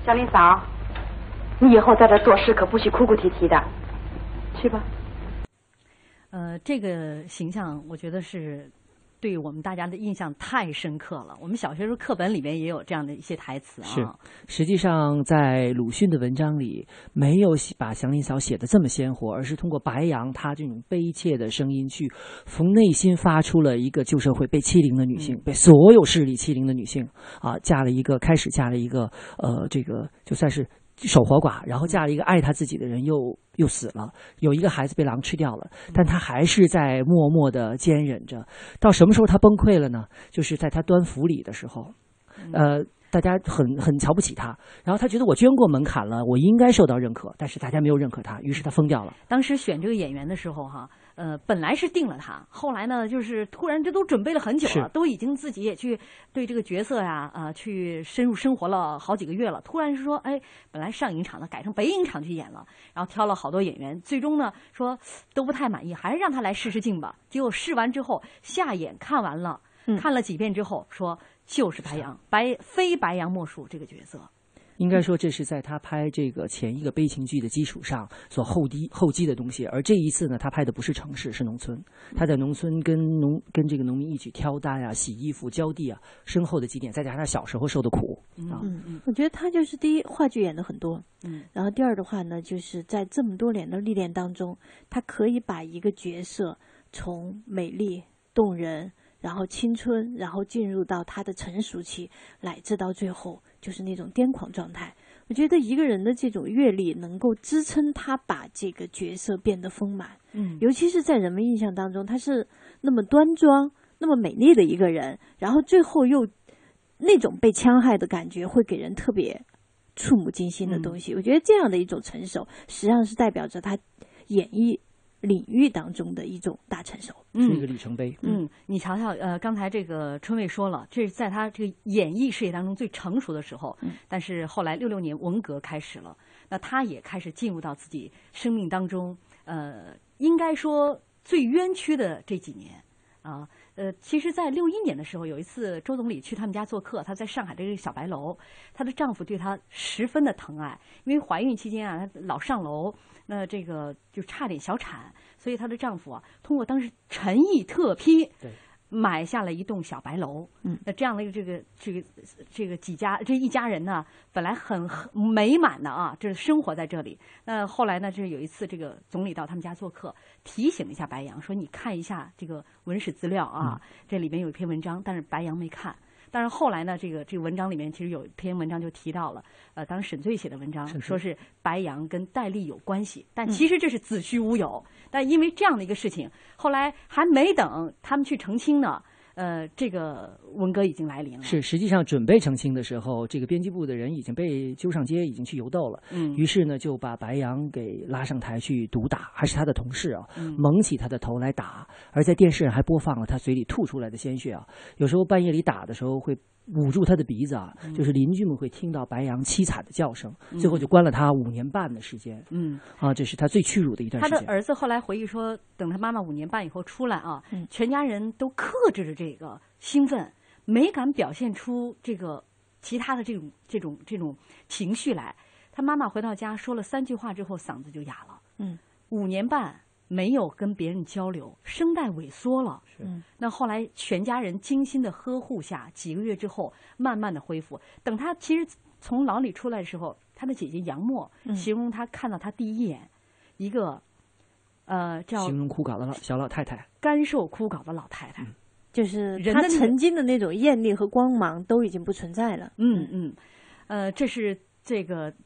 小林嫂，你以后在这做事可不许哭哭啼啼的，去吧。 这个形象我觉得是对我们大家的印象太深刻了。我们小学时候课本里面也有这样的一些台词啊。 是，实际上在鲁迅的文章里没有把祥林嫂写得这么鲜活，而是通过白杨她这种悲切的声音去从内心发出了一个旧社会被欺凌的女性，被所有势力欺凌的女性啊，开始嫁了一个这个就算是守活寡，然后嫁了一个爱她自己的人，又死了，有一个孩子被狼吃掉了，但她还是在默默的坚忍着。到什么时候她崩溃了呢？就是在她端府礼的时候，大家很瞧不起她，然后她觉得我捐过门槛了，我应该受到认可，但是大家没有认可她，于是她疯掉了。 当时选这个演员的时候哈，本来是定了他，后来呢，就是突然这都准备了很久了，都已经自己也去对这个角色呀去深入生活了好几个月了。突然是说，哎，本来上影厂的改成北影厂去演了，然后挑了好多演员，最终呢说都不太满意，还是让他来试试镜吧。结果试完之后下眼看完了，看了几遍之后说就是白杨，非白杨莫属这个角色。 应该说，这是在他拍这个前一个悲情剧的基础上所后积的东西。而这一次呢，他拍的不是城市，是农村。他在农村跟这个农民一起挑担啊、洗衣服、浇地啊，深厚的积淀，再加上他小时候受的苦啊。 我觉得他就是第一，话剧演的很多，然后第二的话呢，就是在这么多年的历练当中，他可以把一个角色从美丽动人，然后青春，然后进入到他的成熟期，乃至到最后就是那种癫狂状态。我觉得一个人的这种阅历能够支撑他把这个角色变得丰满，尤其是在人们印象当中，他是那么端庄、那么美丽的一个人，然后最后又那种被戕害的感觉，会给人特别触目惊心的东西。我觉得这样的一种成熟，实际上是代表着他演艺领域当中的一种大成熟， 是一个里程碑。 你瞧瞧，刚才这个春卫说了，这是在他这个演艺事业当中最成熟的时候。但是后来66年文革开始了，那他也开始进入到自己生命当中，应该说最冤屈的这几年啊。其实，在61年的时候，有一次周总理去他们家做客，他在上海这个小白楼，她的丈夫对她十分的疼爱，因为怀孕期间啊，她老上楼，那这个就差点小产，所以她的丈夫啊，通过当时诚意特批，买下了一栋小白楼。那这样的这个这一家人呢，本来很美满的啊，这生活在这里。那后来呢，这有一次这个总理到他们家做客，提醒一下白杨说：“你看一下这个文史资料啊，这里面有一篇文章。”但是白杨没看。但是后来呢，这个文章里面其实有一篇文章就提到了，当时沈醉写的文章说是白杨跟戴笠有关系，但其实这是子虚乌有。但因为这样的一个事情，后来还没等他们去澄清呢，这个文革已经来临了。 是，实际上准备澄清的时候，这个编辑部的人已经被揪上街，已经去游斗了。于是呢，就把白杨给拉上台去毒打，还是他的同事啊，蒙起他的头来打，而在电视上还播放了他嘴里吐出来的鲜血啊。有时候半夜里打的时候会捂住他的鼻子啊，就是邻居们会听到白杨凄惨的叫声，最后就关了他5年半的时间。这是他最屈辱的一段时间。 他的儿子后来回忆说，等他妈妈5年半以后出来啊，全家人都克制着这个兴奋，没敢表现出这个其他的这种情绪来。他妈妈回到家说了3句话之后，嗓子就哑了。5年半没有跟别人交流，声带萎缩了。那后来全家人精心的呵护下，几个月之后慢慢的恢复。等他其实从牢里出来的时候，他的姐姐杨默形容他看到他第一眼，一个叫形容枯槁的小老太太， 干瘦枯槁的老太太。 就是他曾经的那种艳丽和光芒都已经不存在了。 这是这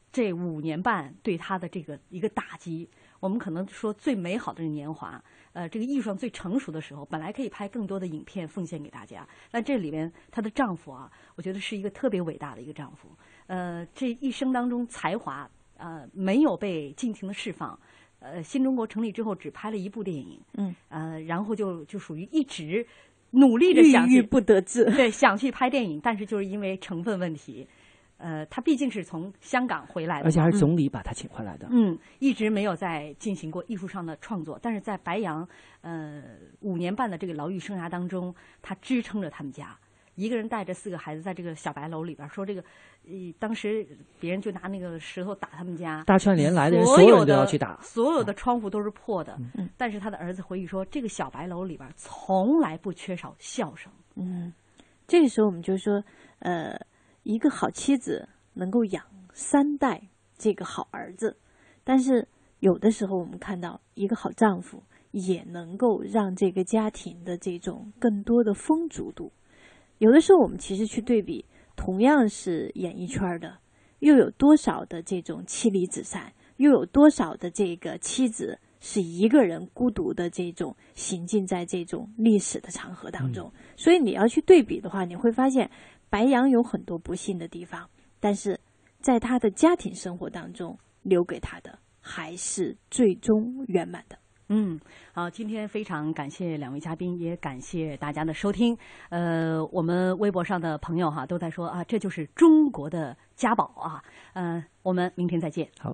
5年半对他的这个一个打击。我们可能说最美好的年华，这个艺术上最成熟的时候，本来可以拍更多的影片奉献给大家。但这里面她的丈夫啊，我觉得是一个特别伟大的一个丈夫。这一生当中才华没有被尽情的释放。新中国成立之后只拍了1部电影。然后就属于一直努力着想郁郁不得志， 对，想去拍电影，但是就是因为成分问题，他毕竟是从香港回来的， 而且还是总理把他请回来的。 一直没有再进行过艺术上的创作，但是在白杨5年半的这个牢狱生涯当中，他支撑着他们家， 一个人带着4个孩子在这个小白楼里边，说这个，当时别人就拿那个石头打他们家， 大串联来的人，所有人都要去打， 所有的窗户都是破的。但是他的儿子回忆说，这个小白楼里边从来不缺少笑声。 这个时候我们就说，一个好妻子能够养3代这个好儿子，但是有的时候我们看到一个好丈夫也能够让这个家庭的这种更多的丰足度。有的时候我们其实去对比，同样是演艺圈的，又有多少的这种妻离子散，又有多少的这个妻子是一个人孤独的这种行进在这种历史的长河当中。所以你要去对比的话，你会发现白杨有很多不幸的地方，但是在他的家庭生活当中留给他的还是最终圆满的。 好，今天非常感谢2位嘉宾，也感谢大家的收听。我们微博上的朋友都在说啊，这就是中国的家宝啊。我们明天再见。 好。